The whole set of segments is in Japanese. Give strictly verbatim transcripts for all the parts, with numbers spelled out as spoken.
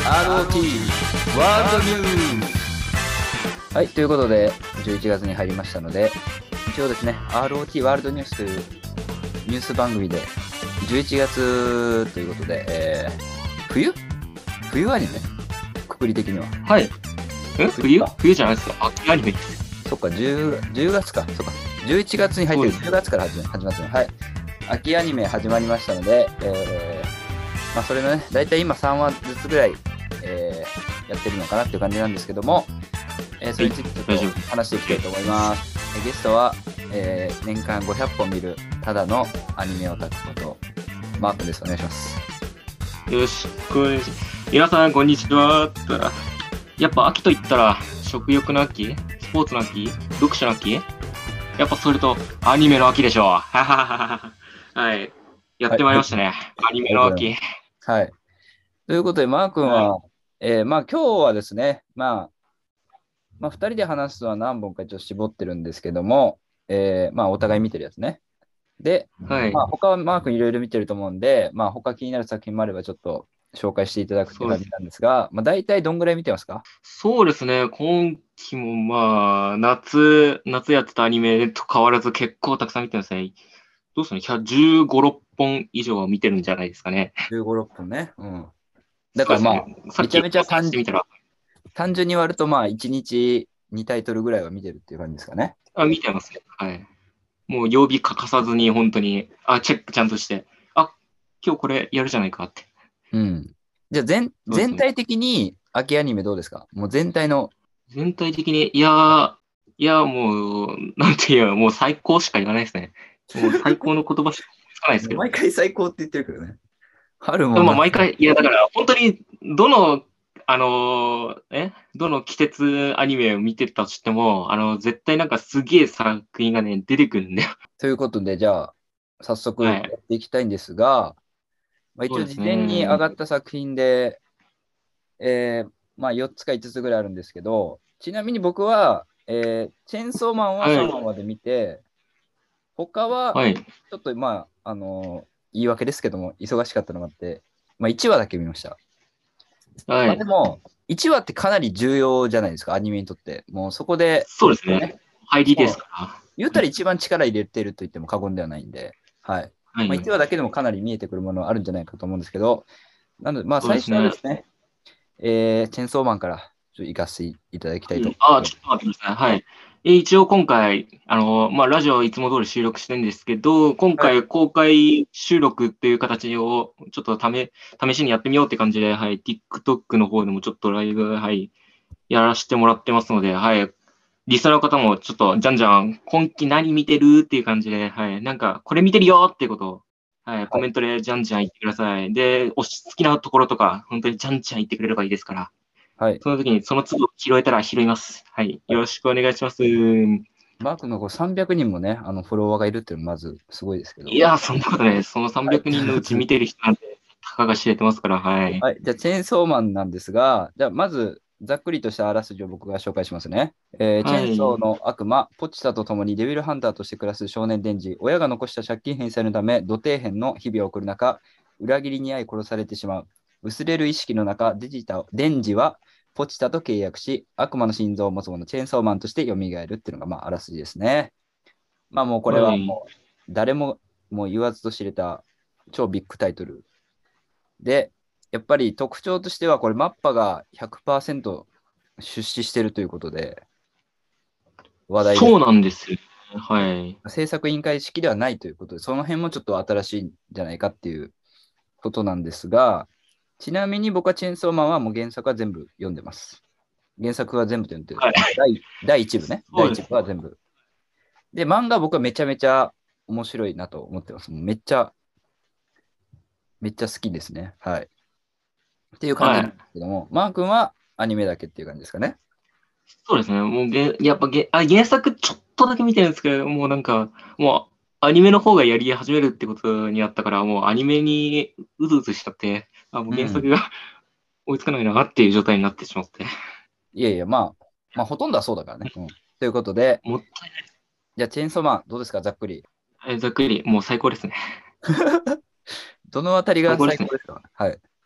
アールオーティー ワールドニュース。はい、ということでじゅういちがつに入りましたので、一応ですね アールオーティー ワールドニュースというニュース番組でじゅういちがつということで、えー、冬冬アニメくくり的には。 はい。え冬冬じゃないですか。秋アニメです。 そっか、10, 10月か。そっか。じゅういちがつに入ってるじゅうがつから始ま始まってる。はい。秋アニメ始まりましたので、えー、まあそれのね、だいたい今さんわずつぐらい、えー、やってるのかなっていう感じなんですけども、えー、それについてちょっと話していきたいと思います。えー、ゲストは、えー、年間ごひゃっぽん見るただのアニメオタクこと、マー君です。お願いします。 よし、こんにちは。皆さん、こんにちは。やっぱ秋と言ったら、食欲の秋、スポーツの秋、読書の秋、やっぱそれとアニメの秋でしょう。はははは。はい。やってまいりましたね。はい、アニメの秋。 はい。ということで、マー君は、はい、えー、まあ今日はですね、まあ、まあふたりで話すのは何本かちょっと絞ってるんですけども、えー、まあお互い見てるやつね。で、 はい、 まあ他はマー君いろいろ見てると思うんで、まあ他気になる作品もあればちょっと紹介していただくって感じなんですが、まあ大体どんぐらい見てますか？ そうですね、今期もまあ、夏、夏やってたアニメと変わらず結構たくさん見てますね。どうするの ?じゅうご、ろっぽん以上は見てるんじゃないですかね。 じゅうご、ろっぽんね。うん。だからまあ、ね、めちゃめちゃ単純単純に割るとまあいちにちにタイトルぐらいは見てるっていう感じですかね。 あ、見てますね。はい。もう曜日欠かさずに本当に、あ、チェックちゃんとして、あ、今日これやるじゃないかって。 うん。じゃあ全、全体的に秋アニメどうですか？もう全体の。 全体的に、いや、いや、もう、なんていう、もう最高しか言わないですね。もう最高の言葉しかつかないですけど。 毎回最高って言ってるけどね。春も。 まあ、毎回、いや、だから本当に、どの、あの、えどの季節アニメを見てたとしても、あの、絶対なんかすげえ作品がね、出てくるんだよ。 ということで、じゃあ、早速やっていきたいんですが、はい、まあ、一応事前に上がった作品で、えー、まあよっつかいつつぐらいあるんですけど、ちなみに僕は、えー、チェーンソーマンはさんわまで見て、はい、他は、ちょっとまあ、あのー、言い訳ですけども、忙しかったのがあって、まあいちわだけ見ました。はい、まあでも、いちわってかなり重要じゃないですか、アニメにとって。もうそこで、 そうですね。入りですから。 言ったら一番力入れてると言っても過言ではないんで、はい。はい、まあ、いちわだけでもかなり見えてくるものはあるんじゃないかと思うんですけど、なので、まあ最初はですね、えー、チェンソーマンから行かせていただきたいと思います。 うん、あ、ちょっと待ってください。はい。一応今回、あの、まあ、ラジオいつも通り収録してるんですけど、今回公開収録っていう形をちょっとため、試しにやってみようって感じで、はい、TikTok の方でもちょっとライブ、はい、やらせてもらってますので、はい、リスナーの方もちょっとじゃんじゃん、今期何見てるっていう感じで、はい、なんか、これ見てるよっていうことを、はい、コメントでじゃんじゃん言ってください。はい、で、お好きなところとか、本当にじゃんじゃん言ってくれればいいですから。はい。その時にその都度拾えたら拾います。はい。よろしくお願いします。 マークのさんびゃくにんもね、あのフォロワーがいるっていうのはまずすごいですけど。 いや、そんなことないです。そのさんびゃくにんのうち見てる人なんて、たかが知れてますから、はい。 はい。じゃあ、チェーンソーマンなんですが、じゃあ、まず、ざっくりとしたあらすじを僕が紹介しますね。えー、チェーンソーの悪魔、ポチタと共にデビルハンターとして暮らす少年デンジ、親が残した借金返済のため、土底辺の日々を送る中、裏切りに遭い殺されてしまう。薄れる意識の中、デジタデンジはポチタと契約し、悪魔の心臓を持つ者、チェーンソーマンとして蘇るっていうのが、まあ、あらすじですね。まあ、もうこれはもう、誰ももう言わずと知れた超ビッグタイトルで、やっぱり特徴としては、これ、マッパが ひゃくパーセント 出資してるということで、話題です。 そうなんですよ。はい。 制作委員会式ではないということで、その辺もちょっと新しいんじゃないかっていうことなんですが、ちなみに僕はチェーンソーマンはもう原作は全部読んでます。原作は全部読んでる。はい、第, 第一部ね。第一部は全部。で、漫画僕はめちゃめちゃ面白いなと思ってます。めっちゃ、めっちゃ好きですね。はい。っていう感じなんですけども、はい、マー君はアニメだけっていう感じですかね。 そうですね。もうげ、やっぱげあ原作ちょっとだけ見てるんですけど、もうなんか、もうアニメの方がやり始めるってことになったから、もうアニメにうずうずしちゃって、あもう原作が、うん、追いつかないなっていう状態になってしまって。 いやいや、まあ、まあ、ほとんどはそうだからね。うん、ということで、 もったいない。 じゃあ、チェーンソーマン、どうですか、ざっくり。 はい、ざっくり、もう最高ですね。 どのあたりが最高ですか？はい。 え、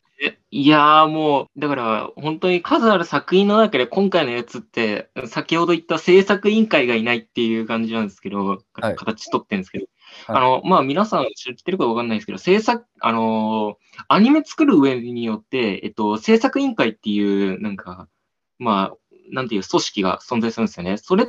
いやーもう、だから本当に数ある作品の中で今回のやつって、先ほど言った制作委員会がいないっていう感じなんですけど、 はい。 形取ってるんですけど、 はい。 あの、まあ皆さん知ってるかわかんないですけど、制作、あのーアニメ作る上によって、えっと、制作委員会っていう、なんか、まあ、なんていう組織が存在するんですよね。それって、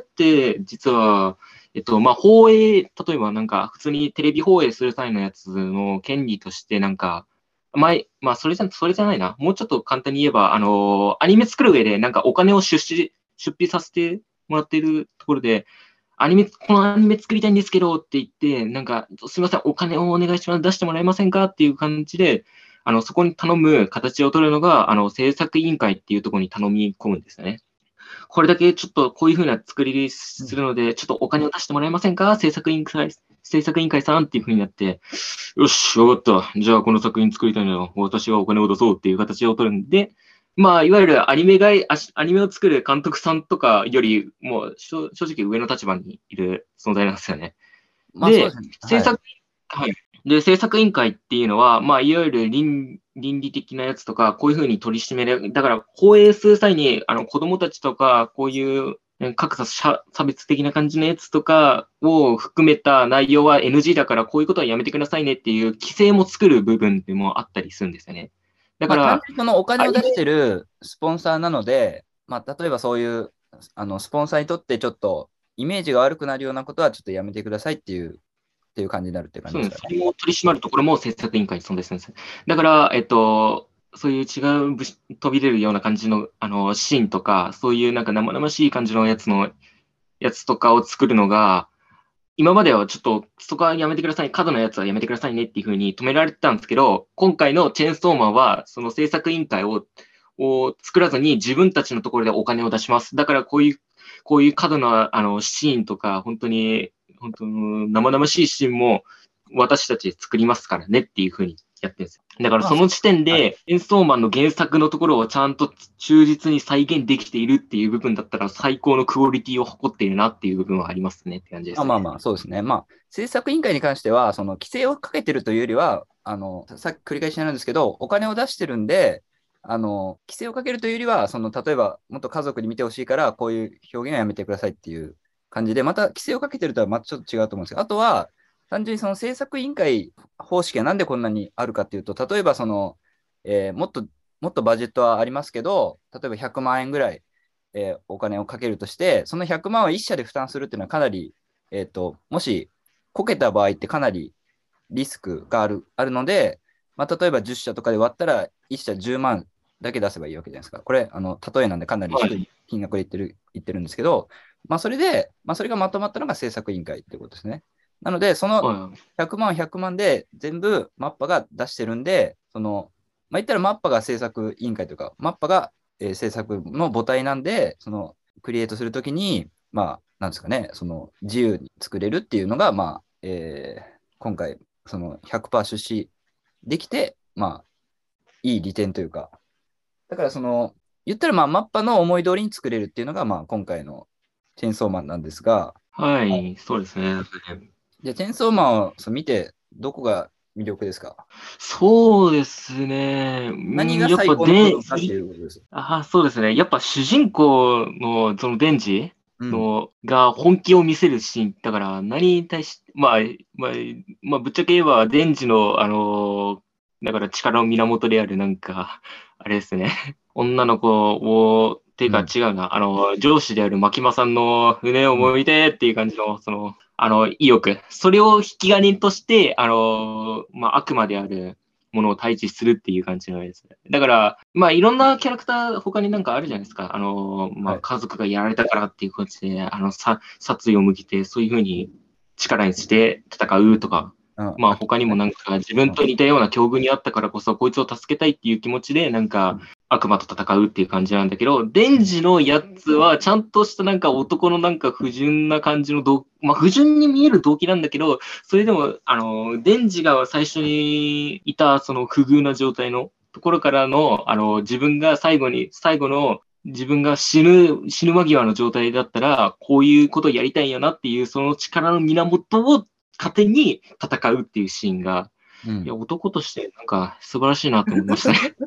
実は、えっと、まあ、放映、例えばなんか、普通にテレビ放映する際のやつの権利として、なんか、前、まあ、それじゃ、それじゃないな。もうちょっと簡単に言えば、あのアニメ作る上で、なんかお金を出資、出費させてもらっているところで、アニメ、このアニメ作りたいんですけどって言って、なんか、すみません、お金をお願いします、出してもらえませんかっていう感じで、あの、そこに頼む形を取るのが、あの、制作委員会っていうところに頼み込むんですよね。これだけちょっとこういうふうな作りうん。 するので、ちょっとお金を出してもらえませんか制作委員会、制作委員会さんっていうふうになって、よし、わかった。じゃあこの作品作りたいなら私がお金を出そうっていう形を取るんで、まあ、いわゆるアニメがい、アニメを作る監督さんとかよりもう正直上の立場にいる存在なんですよね。で、 まあそうですね。はい。 制作、はい。で、制作委員会っていうのは、まあ、いわゆる倫、倫理的なやつとか、こういうふうに取り締める。だから、放映する際に、あの、子供たちとか、こういう、格差差差別的な感じのやつとかを含めた内容は エヌジー だから、こういうことはやめてくださいねっていう規制も作る部分でもあったりするんですよね。だまあ単から、 純にそのお金アニメ、 を出してるスポンサーなので、まあ例えばそういうあのスポンサーにとってちょっとイメージが悪くなるようなことはちょっとやめてくださいっていう、っていう感じになるっていう感じそうです。 ですかね。 それも取り締まるところも制作委員会に存在するんです。だから、えっと、そういう違うぶし飛び出るような感じの、あの、シーンとか、そういうなんか生々しい感じのやつの、やつとかを作るのが、今まではちょっと、そこはやめてください、過度なやつはやめてくださいねっていうふうに止められてたんですけど、今回のチェーンソーマンは、その制作委員会を、を作らずに自分たちのところでお金を出します。だからこういう、こういう過度なあのシーンとか、本当に、本当に生々しいシーンも私たちで作りますからねっていうふうにやってるんですよ。だからまあ、 その時点はい。 で、チェーンソーマンの原作のところをちゃんと忠実に再現できているっていう部分だったら、最高のクオリティを誇っているなっていう部分はありますねって感じですね。 まあまあまあ、そうですね。まあ、制作委員会に関しては、その規制をかけてるというよりは、あの、さっき繰り返しになるんですけど、お金を出してるんで、あの、規制をかけるというよりは、その、例えば、もっと家族に見てほしいから、こういう表現はやめてくださいっていう感じで、また規制をかけてるとはまたちょっと違うと思うんですけど、あとは、単純にその制作委員会方式がなんでこんなにあるかっていうと、例えばその、えーもっと、もっとバジェットはありますけど、例えばひゃくまん円ぐらい、えーお金をかけるとして、そのひゃくまんは一社で負担するっていうのはかなりえっと、もしこけた場合ってかなりリスクがある、あるので、まあ、例えばじゅっ社とかで割ったらいっ社じゅうまんだけ出せばいいわけじゃないですか。これ、あの例えなんでかなり低いはい。 金額で言ってる、言ってるんですけど、まあ、それで、まあ、それがまとまったのが制作委員会ってことですね。なので、そのはい。 ひゃくまん、ひゃくまんで全部マッパが出してるんで、その、まあ、言ったらマッパが制作委員会というか、マッパが、えー制作の母体なんで、そのクリエイトするときに、まあ、なんですかね、その自由に作れるっていうのが、まあ、えー今回、そのひゃくパーセント出資できて、まあ、いい利点というか、だからその、言ったら、まあ、マッパの思い通りに作れるっていうのが、まあ、今回のチェーンソーマンなんですが、 はい、そうですね。 じゃあ、チェーンソーマンをそう見て、どこが魅力ですか？ そうですね。う何ん、やっぱが最高の部で、 分かっていうことです。 あ、そうですね。やっぱ主人公のそのデンジうん。 のが本気を見せるシーン。だから何に対し、まあ、まあ、まあ、ぶっちゃけ言えばデンジの、あの、だから力の源であるなんか、あれですね。女の子を、ていうかうん。 違うな、あの、上司である牧間さんの胸をうん。 向いてっていう感じの、その、あの、意欲。それを引き金として、あの、まあ、悪魔であるものを対峙するっていう感じのやつ。だから、まあ、いろんなキャラクター、他になんかあるじゃないですか。あの、まあ、 はい。 家族がやられたからっていう感じで、あの、さ、殺意を向けて、そういうふうに力にして戦うとか、 うん。 まあ、 あきね。 他にもなんか自分うん。 と似たような境遇にあったからこそ、こいつを助けたいっていう気持ちで、なんか、 うん悪魔と戦うっていう感じなんだけど、デンジのやつは、ちゃんとしたなんか男のなんか不純な感じの動、まあ、不純に見える動機なんだけど、それでも、あの、デンジが最初にいた、その不遇な状態のところからの、あの、自分が最後に、最後の、自分が死ぬ、死ぬ間際の状態だったら、こういうことやりたいよなっていう、その力の源を糧に戦うっていうシーンが、 うん。 いや、男としてなんか素晴らしいなと思いましたね。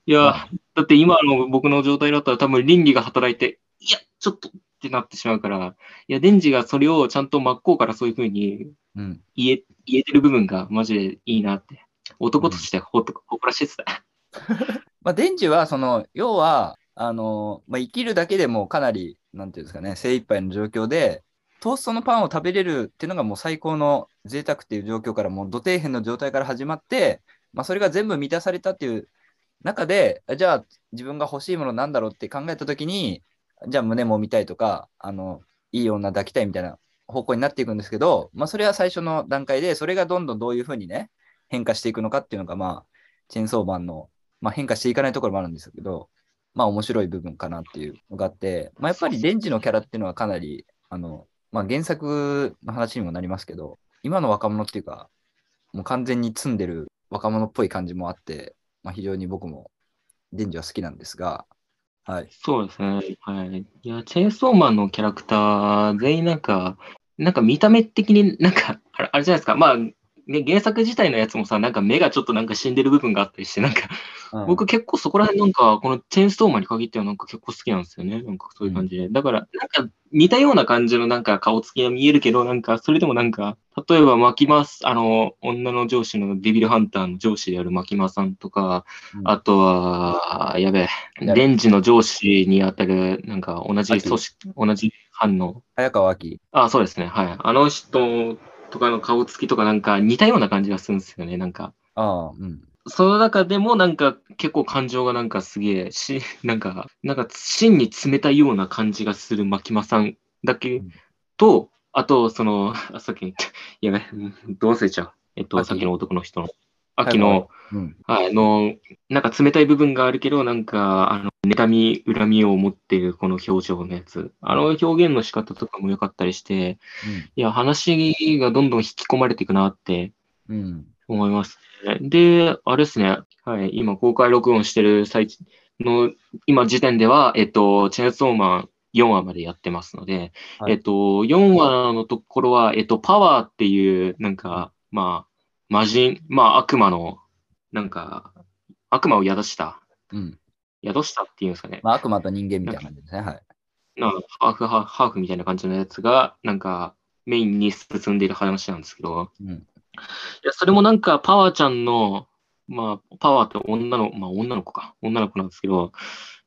いや、 まあ、 だって今の僕の状態だったら多分倫理が働いて、いや、ちょっとってなってしまうから、いや、デンジがそれをちゃんと真っ向からそういうふうにうん、 言え、言えてる部分がマジでいいなって。男とうん。 してほっと誇らしいですね。 まあ、デンジは、その、要は、あの、まあ、生きるだけでもかなり、なんていうんですかね、精一杯の状況で、トーストのパンを食べれるっていうのがもう最高の贅沢っていう状況から、もう土底辺の状態から始まって、まあ、それが全部満たされたっていう中で、じゃあ自分が欲しいものなんだろうって考えたときに、じゃあ胸も見たいとか、あの、いい女抱きたいみたいな方向になっていくんですけど、まあ、それは最初の段階で、それがどんどんどういうふうにね、変化していくのかっていうのが、まあ、チェーンソーマンの、まあ、変化していかないところもあるんですけど、まあ、面白い部分かなっていうのがあって、まあ、やっぱりデンジのキャラっていうのはかなり、あの、まあ、原作の話にもなりますけど、今の若者っていうか、もう完全に積んでる若者っぽい感じもあって、まあ、非常に僕もデンジは好きなんですが、はい。 そうですね。はい。いや、チェーンソーマンのキャラクター、全員なんか、なんか見た目的になんか、あれ、あれじゃないですか。まあ、ね、原作自体のやつもさ、なんか目がちょっとなんか死んでる部分があったりして、なんか、 うん。 僕結構そこら辺なんか、このチェーンソーマンに限ってはなんか結構好きなんですよね。なんかそういう感うん。 じで。だから、なんか似たような感じのなんか顔つきが見えるけど、なんか、それでもなんか、例えばマキマス、あの、女の上司のデビルハンターの上司であるマキマさんとか、 うん。 あとは、やべえ、 誰デンジの上司にあたる、なんか同じ組秋織、同じ班の、 早川秋あ、そうですね、はい。あの人とかの顔つきとかなんか似たような感じがするんですよね、なんか。 ああ、うん。 その中でもなんか結構感情がなんかすげえ、し、なんか、なんか芯に冷たいような感じがする牧間さんだけうん。 と、あと、その、あ、さっき、やべ、どう忘れちゃう。えっと、さっき秋の男の人の、秋早川秋。 の、 うん。 あの、なんか冷たい部分があるけど、なんか、あの、妬み、恨みを持っているこの表情のやつ。あの表現の仕方とかも良かったりして、 うん。 いや、話がどんどん引き込まれていくなってうん。 思いますね。で、あれですね。はい。今、公開録音してる最中の、今時点では、えっと、チェーンソーマンよんわまでやってますので、 はい。 えっと、よんわのところは、えっと、パワーっていう、なんうん。 か、まあ、魔人、まあ、悪魔の、なんか、悪魔を宿した、 うん。 宿したっていうんですかね。 まあ、悪魔と人間みたいなんか、 な感じですね。はい。 なんかハーフ、ハーフハーフみたいな感じのやつが、なんか、メインに進んでいる話なんですけど、 うん。 いや、それもなんか、パワーちゃんの、まあ、パワーって女の、まあ、女の子か。女の子なんですけど、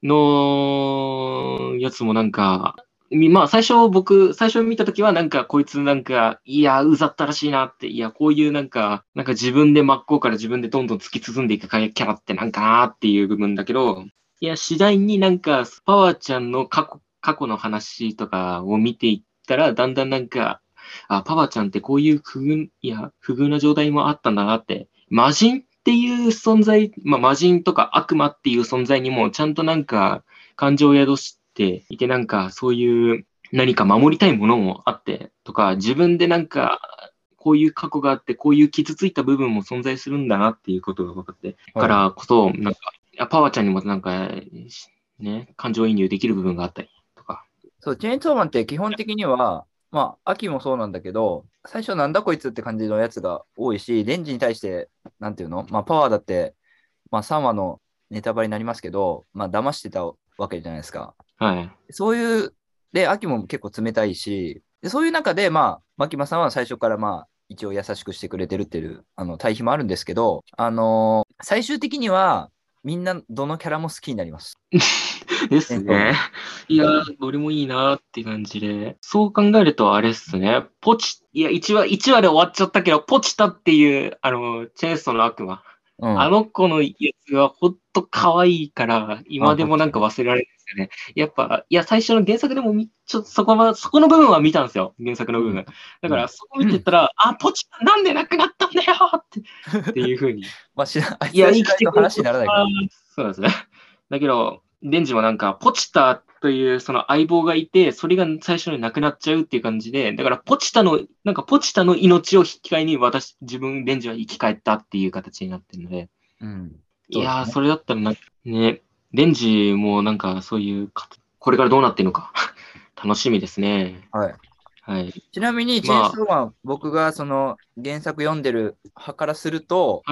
のやつもなんか、みまあ、最初僕、最初見たときはなんか、こいつなんか、いや、うざったらしいなって、いや、こういうなんか、なんか自分で真っ向から自分でどんどん突き進んでいくキャラってなんかなっていう部分だけど、いや、次第になんか、パワーちゃんの過去、過去の話とかを見ていったら、だんだんなんか、あ、パワちゃんってこういう不遇、いや、不遇な状態もあったんだなって。魔人っていう存在、まあ、魔人とか悪魔っていう存在にもちゃんとなんか感情を宿していて、なんかそういう何か守りたいものもあってとか、自分でなんかこういう過去があって、こういう傷ついた部分も存在するんだなっていうことが分かってかはい。 らこそ、なんか、いやパワちゃんにもなんか、ね、感情移入できる部分があったりとか。 そう、チェーンソーマンって基本的には、まあ、秋もそうなんだけど、最初なんだこいつって感じのやつが多いし、デンジに対して、なんていうのまあ、パワーだって、まあ、さんわのネタバレになりますけど、まあ、騙してたわけじゃないですか。 はい。 そういう、で、秋も結構冷たいし、でそういう中で、まあ、牧間さんは最初から、まあ、一応優しくしてくれてるっていうあの対比もあるんですけど、あのー最終的には、みんなどのキャラも好きになります。 ですね。 チェーンソーマン。 いやー、どれもいいなーって感じで。そう考えると、あれっすね。ポチ、いや、いちわ、いちわで終わっちゃったけど、ポチタっていう、あの、チェーンソーの悪魔。 うん。 あの子のやつがほんと可愛いから、 あ、 今でもなんかポチね。 忘れられないですよね。やっぱ、いや、最初の原作でもみ、ちょっとそこは、そこの部分は見たんですよ。原作のうん。 部分。だから、 うん。 そこ見てたら、あ、ポチタなんで亡くなったんだよって、っていうふうに。 まあ、知ら、あいいや、 つが知生きてくれらないと話にならないから。 た。そうなんですね。だけど、デンジもなんか、ポチタというその相棒がいて、それが最初に亡くなっちゃうっていう感じで、だからポチタの、なんかポチタの命を引き換えに私、自分、デンジは生き返ったっていう形になってるので、 うん。 いやー、 そうですね。 それだったらなんかね、デンジもなんかそういうか、これからどうなってるのか楽しみですね。 はい。 はい。 ちなみに、チェーンまソーマン、僕がその原作読んでる派からすると、 あ、はい。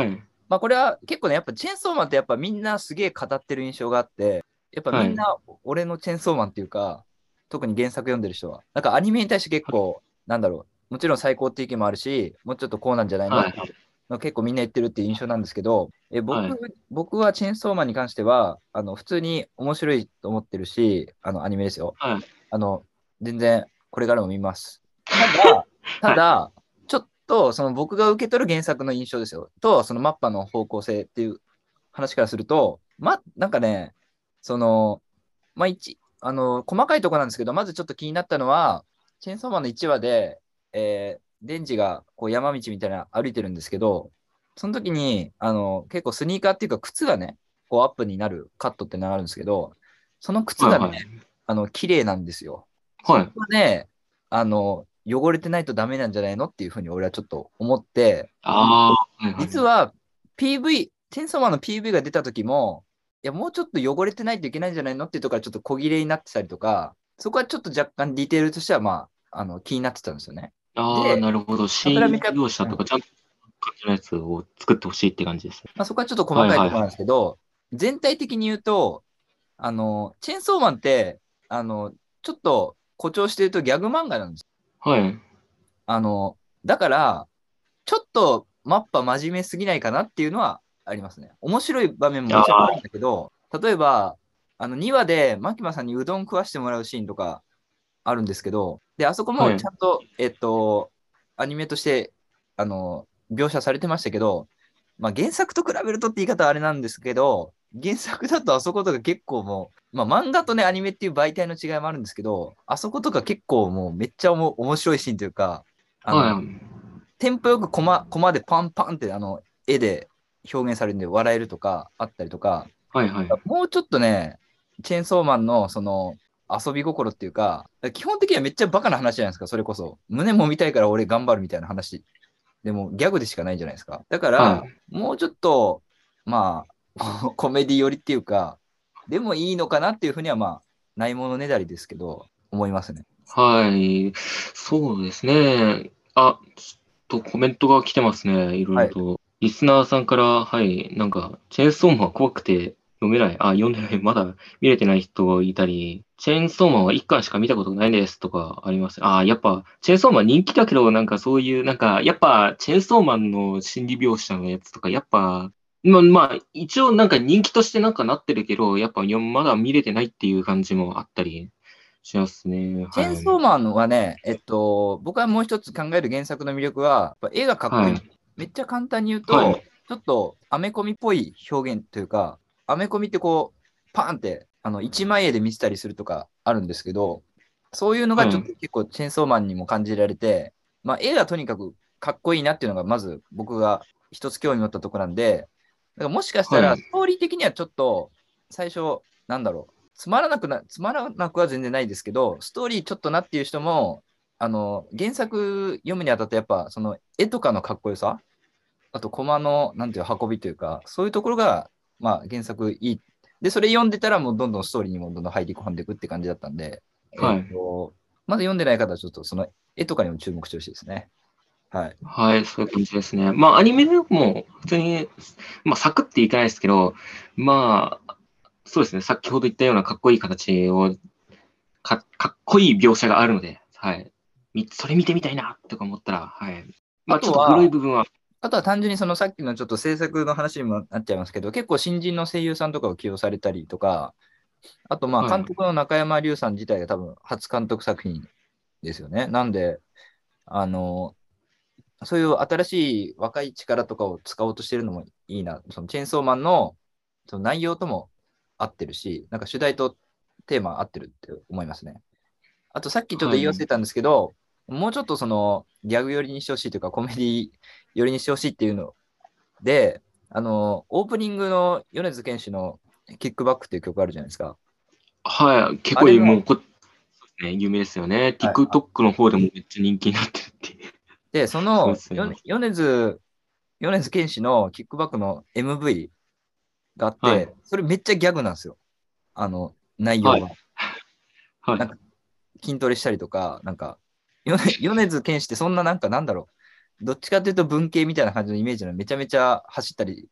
まあこれは結構ね、やっぱチェーンソーマンってやっぱみんなすげえ語ってる印象があって、やっぱみはい。 んな俺のチェーンソーマンっていうか、特に原作読んでる人は、なんかアニメに対して結構、なんだろう、もちろん最高っていう意見もあるし、もうちょっとこうなんじゃないのはい。 っていうの結構みんな言ってるっていう印象なんですけど、え僕、 はい。 僕はチェーンソーマンに関しては、あの普通に面白いと思ってるし、あのアニメですよ。 はい。 あの、全然これからも見ます。ただ、たはい。 だ、ちょっとその僕が受け取る原作の印象ですよ。と、そのマッパの方向性っていう話からすると、ま、なんかね、その、まあ、一、あの、細かいところなんですけど、まずちょっと気になったのは、チェーンソーマンのいちわで、えーデンジがこう山道みたいな歩いてるんですけど、その時に、あの、結構スニーカーっていうか靴がね、こうアップになるカットってのがあるんですけど、その靴がね、 はい。 あの、綺麗なんですよ。そこはい。 はね、あの、汚れてないとダメなんじゃないのっていうふうに俺はちょっと思って、 ああ、はいはい。 実は ピーブイ、チェンソーマンの ピーブイ が出た時も、いや、もうちょっと汚れてないといけないんじゃないのっていうところからちょっと小切れになってたりとか、そこはちょっと若干ディテールとしては、まあ、あの気になってたんですよね。 ああ、 で、 なるほど。新桜見か、 業者うん、 とかちゃんと感じのやつを作ってほしいって感じですね。 まあ、そこはちょっと細はいはいはい。 かいところなんですけど、全体的に言うと、あの、チェーンソーマンって、あの、ちょっと誇張してるとギャグ漫画なんです。 はい。 あの、だから、ちょっとマッパ真面目すぎないかなっていうのはありますね。面白い場面ももああ、 ちろんあるんだけど、例えば、あのにわでマキマさんにうどん食わしてもらうシーンとかあるんですけど、で、あそこもちはい。 ゃんと、えっと、アニメとして、あの、描写されてましたけど、まあ、原作と比べるとって言い方はあれなんですけど、原作だとあそことか結構もう、まあ、漫画とね、アニメっていう媒体の違いもあるんですけど、あそことか結構もうめっちゃおも面白いシーンというか、あの、 はい。 テンポよくコマ、コマでパンパンってあの絵で表現されるんで笑えるとかあったりとか、 はいはい。 もうちょっとね、チェーンソーマンのその遊び心っていうか、基本的にはめっちゃバカな話じゃないですか、それこそ。胸もみたいから俺頑張るみたいな話。でもギャグでしかないじゃないですか。だから、 はい。 もうちょっと、まあ、コメディ寄りっていうか、でもいいのかなっていうふうには、まあ、ないものねだりですけど、思いますね。 はい。そうですね。あ、ちょっとコメントが来てますね。いろいはい。 ろと。リスナーさんから、はい、なんか、チェーンソーマンは怖くて読めない。あ、読んでない。まだ見れてない人がいたり、チェーンソーマンはいっかんしか見たことないですとかあります。あ、やっぱ、チェーンソーマン人気だけど、なんかそういう、なんか、やっぱ、チェーンソーマンの心理描写のやつとか、やっぱ、まあ、まあ、一応なんか人気としてなんかなってるけど、やっぱ、よまだ見れてないっていう感じもあったりしますね。 チェーンはい。 ソーマンはね、えっと、僕はもう一つ考える原作の魅力は、やっぱ絵がかっこいい。 はい。 めっちゃ簡単に言うはい。 と、ちょっとアメコミっぽい表現というか、アメコミってこう、パーンってあの一枚絵で見せたりするとかあるんですけど、そういうのがちょっとはい。 結構チェーンソーマンにも感じられて、まあ、絵がとにかくかっこいいなっていうのがまず僕が一つ興味持ったところなんで、だからもしかしたはい。 らストーリー的にはちょっと最初、なんだろう、つまらなくな、つまらなくは全然ないですけど、ストーリーちょっとなっていう人も、あの、原作読むにあたってやっぱその絵とかのかっこよさ、あとコマの、なんていう運びというか、そういうところが、まあ原作いい。で、それ読んでたらもうどんどんストーリーにもどんどん入り込んでいくって感じだったんで、えっはい。 と、まだ読んでない方はちょっとその絵とかにも注目してほしいですね。はい。 はい。そういう感じですね。まあ、アニメでも普通に、まあ、サクっていかないですけど、まあ、そうですね。先ほど言ったようなかっこいい形を、か、かっこいい描写があるので、はい。みそれ見てみたいな、とか思ったら、はい。 あまあ、ちょっとグロいとは、 部分は、 あとは単純にそのさっきのちょっと制作の話にもなっちゃいますけど、結構新人の声優さんとかを起用されたりとか、あとまあはい。 監督の中山隆さん自体が多分初監督作品ですよね。なんで、あの、そういう新しい若い力とかを使おうとしてるのもいいな。そのチェーンソーマンのその内容とも合ってるし、なんか主題とテーマ合ってるって思いますね。あとさっきちょっとはい。 言い忘れたんですけど、もうちょっとそのギャグ寄りにしてほしいというかコメディ寄りにしてほしいっていうので、あの、オープニングの米津玄師のキックバックっていう曲あるじゃないですか。 はい。結構もうあれも、 こ、ね、有名ですよね。 はい。 TikTok の方でもめっちゃ人気になってるっていう。 で、そそうでのよすよね。 米津、米津玄師のキックバックの エムブイ があっはい。 て、それめっちゃギャグなんですよ。あの、内はい。 容が。 はい。 なんか筋トレしたりとか、なんか、米米津玄師ってそんななんかなんだろう。どっちかっていうと文系みたいな感じのイメージなのめちゃめちゃ走ったり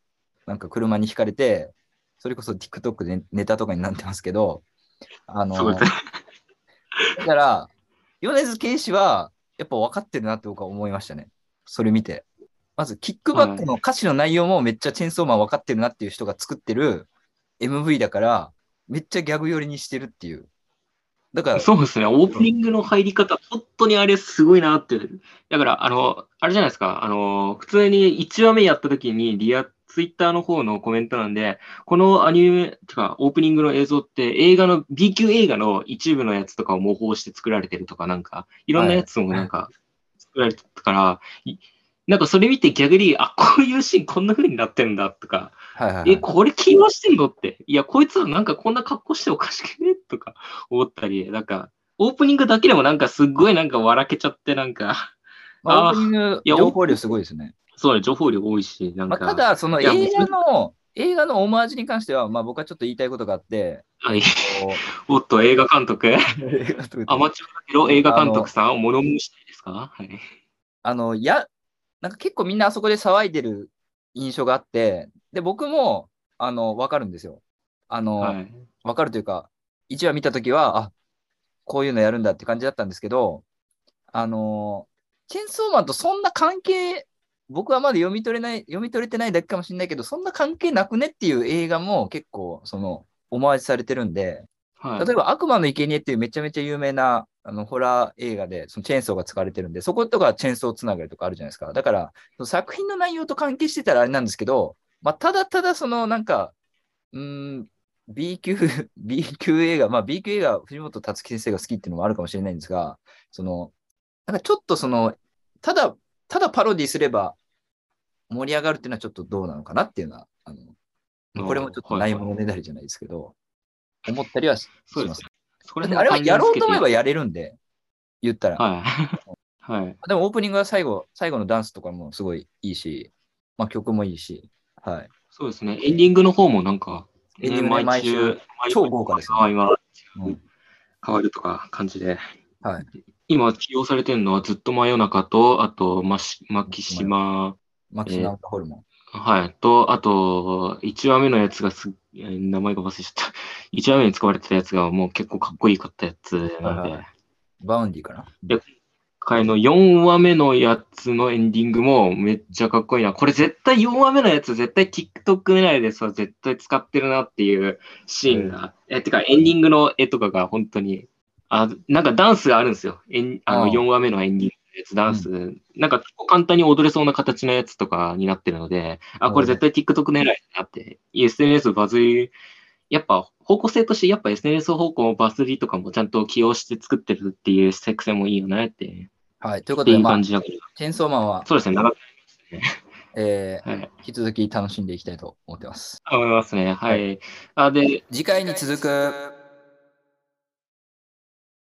なんか車にひかれて、それこそ TikTok でネタとかになってますけど、あの、 そうですね。 だから、米津玄師は、やっぱ分かってるなって僕は思いましたね。それ見て。まず、キックバックはい。 の歌詞の内容もめっちゃチェーンソーマン分かってるなっていう人が作ってる エムブイ だから、めっちゃギャグ寄りにしてるっていう。だから、 そうですね。オープニングの入り方、本当にあれすごいなって。だから、あの、あれじゃないですか。あの、普通にいちわめやった時に、リア、ツイッターの方のコメントなんで、このアニメ、てか、オープニングの映像って映画の、B 級映画の一部のやつとかを模倣して作られてるとか、なんか、いろんはい。 なやつもなんか、作られてたから、いなんかそれ見て逆に、あ、こういうシーンこんな風になってんだとか、え、 はいはいはい。 これ起用してんのって。いや、こいつはなんかこんな格好しておかしくねとか思ったり、なんか、オープニングだけでもなんかすっごいなんか笑けちゃって、なんか、 まあ、オープニンああ、 グいや、オープ情報量すごいですね。 そうね、情報量多いし、なんまあ、たか、 だ、そのいや、もう映画の、映画のオマージュに関しては、まあ、僕はちょっと言いたいことがあって、えっはい。 と、 おっと、映画監督、 映画とアマチュアだけど映画監督あの、 さんを物申したいですか？はい。 あの、や、なんか結構みんなあそこで騒いでる印象があって、で、僕も、あの、わかるんですよ。あの、 はい。 わかるというか、いちわ見たときは、あ、こういうのやるんだって感じだったんですけど、あの、チェンソーマンとそんな関係、僕はまだ読み取れない、読み取れてないだけかもしれないけど、そんな関係なくねっていう映画も結構、その、オマージュされてるんで、 はい。 例えば悪魔の生贄っていうめちゃめちゃ有名なあのホラー映画でそのチェーンソーが使われてるんで、そことかチェーンソーつながりとかあるじゃないですか。だから、その作品の内容と関係してたらあれなんですけど、まあ、ただただそのなんか、うーん、B 級、B 級映画、まあ B 級映画、藤本つ樹先生が好きっていうのもあるかもしれないんですが、その、なんかちょっとその、ただ、ただパロディすれば盛り上がるっていうのはちょっとどうなのかなっていうのは、あの、これもちょっとはいはい。 ないものねだりじゃないですけど、思ったりはしします。 そうですね。そこらだってあれは辺を還やろう元つけてやっと思えばやれるんで、言ったら。 はい。はい。 でもオープニングは最後、最後のダンスとかもすごいいいし、まあ曲もいいし、はい。 そうですね。エンディングの方もなんか、ね、 エンディングね、 毎週、 毎週、 毎超豪華ですよね。 回はうん。 変わるとか感じで。 はい。 今起用されてるのはずっと真夜中と、あと、まし、牧島、 マキシマムえーとホルモン。 はい。と、あと、いちわめのやつがす、えー名前が忘れちゃった。いちわめに使われてたやつがもう結構かっこいいかったやつなので。 はいはいはい。バウンディかな。 で、今回のよんわめのやつのエンディングもめっちゃかっこいいな。これ絶対よんわめのやつ絶対 TikTok 狙いでさ、絶対使ってるなっていうシーンが。え、てかエンディングの絵とかが本当に、あ、なんかダンスがあるんですよ。エンあのああ、 よんわめのエンディングのやつ、ダうん。 ンス。なんか結構簡単に踊れそうな形のやつとかになってるので、あ、これ絶対 TikTok 狙いだなって。エスエヌエス バズり、やっぱ方向性としてやっぱ エスエヌエス 方向バズりとかもちゃんと起用して作ってるっていう作戦もいいよねって、っはい。ということで、 ていうまあ、 感じだから。 チェーンソーマンは、 そうですね、長くなりますね。 えー、 はい。 引き続き楽しんでいきたいと思ってます。 思いますね。ははい。 い。あ、で、 次回に続く。